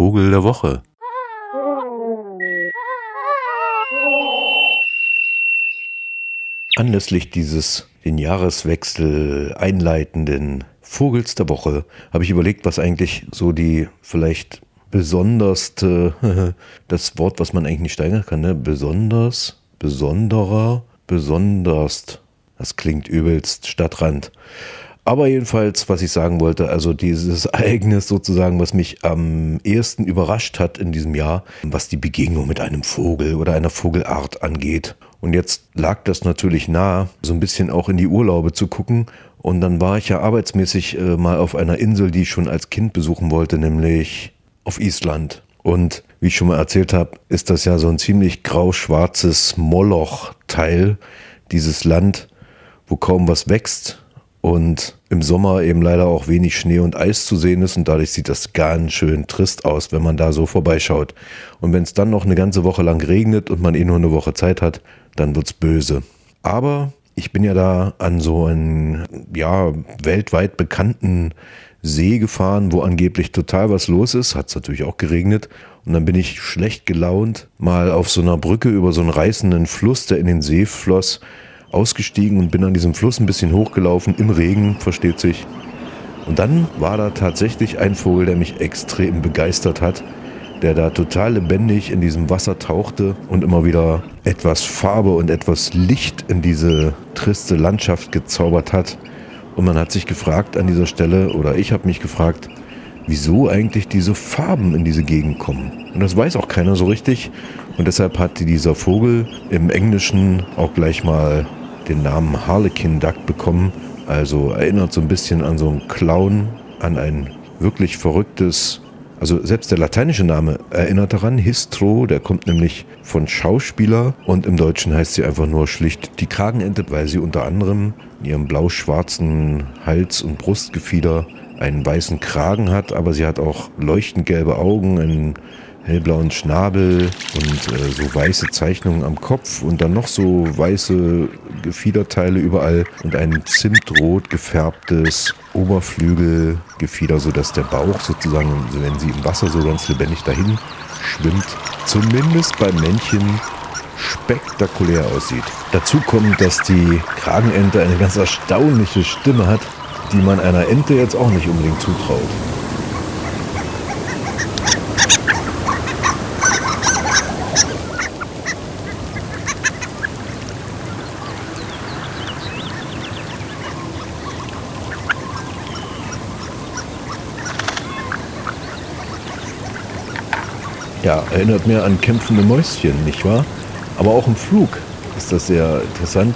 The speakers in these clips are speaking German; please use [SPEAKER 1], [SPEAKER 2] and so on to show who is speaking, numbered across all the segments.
[SPEAKER 1] Vogel der Woche. Anlässlich dieses den Jahreswechsel einleitenden Vogels der Woche habe ich überlegt, was eigentlich so die vielleicht besonderste, das Wort, was man eigentlich nicht steigern kann, ne? Besonders, besonderer, besonderst. Das klingt übelst Stadtrand. Aber jedenfalls, was ich sagen wollte, also dieses Ereignis sozusagen, was mich am ehesten überrascht hat in diesem Jahr, was die Begegnung mit einem Vogel oder einer Vogelart angeht. Und jetzt lag das natürlich nahe, so ein bisschen auch in die Urlaube zu gucken. Und dann war ich ja arbeitsmäßig mal auf einer Insel, die ich schon als Kind besuchen wollte, nämlich auf Island. Und wie ich schon mal erzählt habe, ist das ja so ein ziemlich grau-schwarzes Moloch-Teil, dieses Land, wo kaum was wächst. Und im Sommer eben leider auch wenig Schnee und Eis zu sehen ist und dadurch sieht das ganz schön trist aus, wenn man da so vorbeischaut. Und wenn es dann noch eine ganze Woche lang regnet und man nur eine Woche Zeit hat, dann wird's böse. Aber ich bin ja da an so einen, ja, weltweit bekannten See gefahren, wo angeblich total was los ist. Hat's natürlich auch geregnet. Und dann bin ich schlecht gelaunt mal auf so einer Brücke über so einen reißenden Fluss, der in den See floss, ausgestiegen und bin an diesem Fluss ein bisschen hochgelaufen, im Regen, versteht sich. Und dann war da tatsächlich ein Vogel, der mich extrem begeistert hat, der da total lebendig in diesem Wasser tauchte und immer wieder etwas Farbe und etwas Licht in diese triste Landschaft gezaubert hat. Und man hat sich gefragt an dieser Stelle, oder ich habe mich gefragt, wieso eigentlich diese Farben in diese Gegend kommen. Und das weiß auch keiner so richtig. Und deshalb hat dieser Vogel im Englischen auch gleich mal den Namen Harlequin Duck bekommen. Also erinnert so ein bisschen an so einen Clown, an ein wirklich verrücktes, also selbst der lateinische Name erinnert daran, Histro, der kommt nämlich von Schauspieler und im Deutschen heißt sie einfach nur schlicht die Kragenente, weil sie unter anderem in ihrem blau-schwarzen Hals- und Brustgefieder einen weißen Kragen hat, aber sie hat auch leuchtend gelbe Augen, einen hellblauen Schnabel und so weiße Zeichnungen am Kopf und dann noch so weiße Gefiederteile überall und ein zimtrot gefärbtes Oberflügelgefieder, sodass der Bauch sozusagen, wenn sie im Wasser so ganz lebendig dahin schwimmt, zumindest beim Männchen spektakulär aussieht. Dazu kommt, dass die Kragenente eine ganz erstaunliche Stimme hat, die man einer Ente jetzt auch nicht unbedingt zutraut. Ja, erinnert mir an kämpfende Mäuschen, nicht wahr? Aber auch im Flug ist das sehr interessant.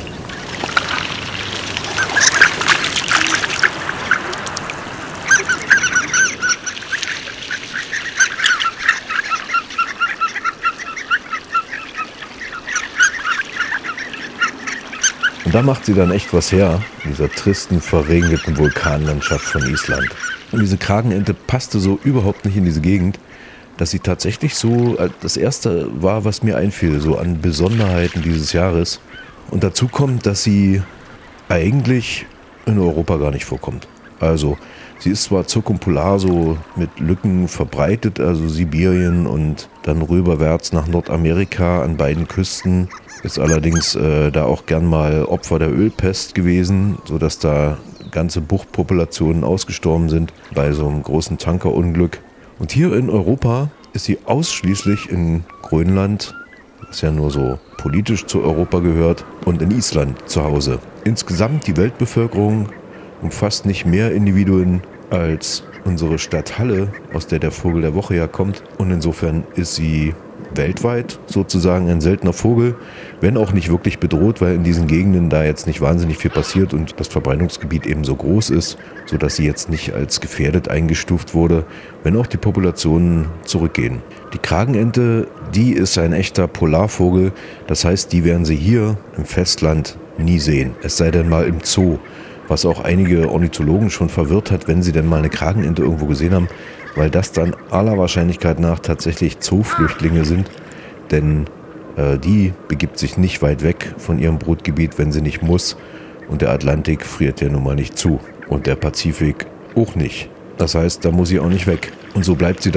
[SPEAKER 1] Und da macht sie dann echt was her, in dieser tristen, verregneten Vulkanlandschaft von Island. Und diese Kragenente passte so überhaupt nicht in diese Gegend, dass sie tatsächlich so das erste war, was mir einfiel, so an Besonderheiten dieses Jahres. Und dazu kommt, dass sie eigentlich in Europa gar nicht vorkommt. Also sie ist zwar zirkumpolar so mit Lücken verbreitet, also Sibirien und dann rüberwärts nach Nordamerika an beiden Küsten, ist allerdings da auch gern mal Opfer der Ölpest gewesen, sodass da ganze Buchtpopulationen ausgestorben sind bei so einem großen Tankerunglück. Und hier in Europa ist sie ausschließlich in Grönland, das ja nur so politisch zu Europa gehört, und in Island zu Hause. Insgesamt die Weltbevölkerung umfasst nicht mehr Individuen als unsere Stadt Halle, aus der Vogel der Woche ja kommt. Und insofern ist sie weltweit sozusagen ein seltener Vogel, wenn auch nicht wirklich bedroht, weil in diesen Gegenden da jetzt nicht wahnsinnig viel passiert und das Verbreitungsgebiet eben so groß ist, sodass sie jetzt nicht als gefährdet eingestuft wurde, wenn auch die Populationen zurückgehen. Die Kragenente, die ist ein echter Polarvogel, das heißt, die werden Sie hier im Festland nie sehen, es sei denn mal im Zoo, was auch einige Ornithologen schon verwirrt hat, wenn sie denn mal eine Kragenente irgendwo gesehen haben, weil das dann aller Wahrscheinlichkeit nach tatsächlich Zooflüchtlinge sind, denn die begibt sich nicht weit weg von ihrem Brutgebiet, wenn sie nicht muss, und der Atlantik friert ja nun mal nicht zu und der Pazifik auch nicht. Das heißt, da muss sie auch nicht weg. Und so bleibt sie dann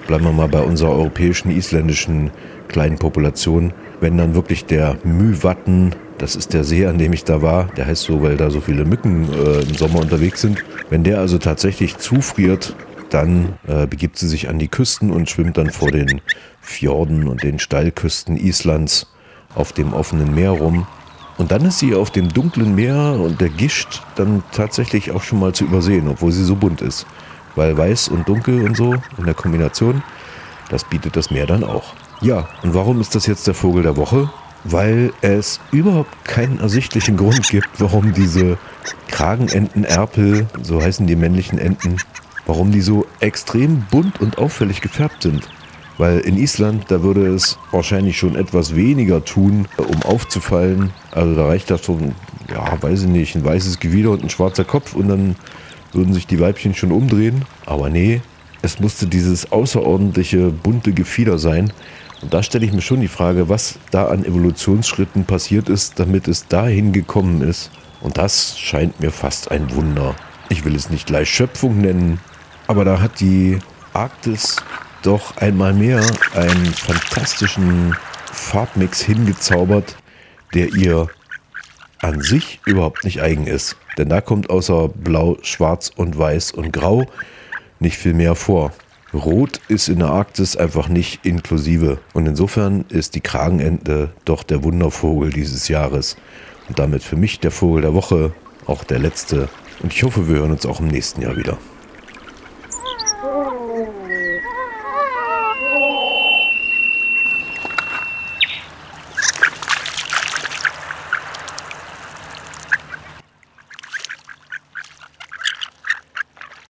[SPEAKER 1] bleiben wir mal bei unserer europäischen, isländischen kleinen Population, wenn dann wirklich der Mývatn, das ist der See, an dem ich da war, der heißt so, weil da so viele Mücken im Sommer unterwegs sind, wenn der also tatsächlich zufriert, dann begibt sie sich an die Küsten und schwimmt dann vor den Fjorden und den Steilküsten Islands auf dem offenen Meer rum. Und dann ist sie auf dem dunklen Meer und der Gischt dann tatsächlich auch schon mal zu übersehen, obwohl sie so bunt ist. Weil weiß und dunkel und so in der Kombination, das bietet das Meer dann auch. Ja, und warum ist das jetzt der Vogel der Woche? Weil es überhaupt keinen ersichtlichen Grund gibt, warum diese Kragenentenerpel, so heißen die männlichen Enten, warum die so extrem bunt und auffällig gefärbt sind. Weil in Island, da würde es wahrscheinlich schon etwas weniger tun, um aufzufallen. Also da reicht das so, ja, weiß ich nicht, ein weißes Gefieder und ein schwarzer Kopf und dann würden sich die Weibchen schon umdrehen. Aber nee, es musste dieses außerordentliche bunte Gefieder sein. Und da stelle ich mir schon die Frage, was da an Evolutionsschritten passiert ist, damit es dahin gekommen ist. Und das scheint mir fast ein Wunder. Ich will es nicht gleich Schöpfung nennen, aber da hat die Arktis doch einmal mehr einen fantastischen Farbmix hingezaubert, der ihr an sich überhaupt nicht eigen ist. Denn da kommt außer Blau, Schwarz und Weiß und Grau nicht viel mehr vor. Rot ist in der Arktis einfach nicht inklusive. Und insofern ist die Kragenente doch der Wundervogel dieses Jahres. Und damit für mich der Vogel der Woche, auch der letzte. Und ich hoffe, wir hören uns auch im nächsten Jahr wieder.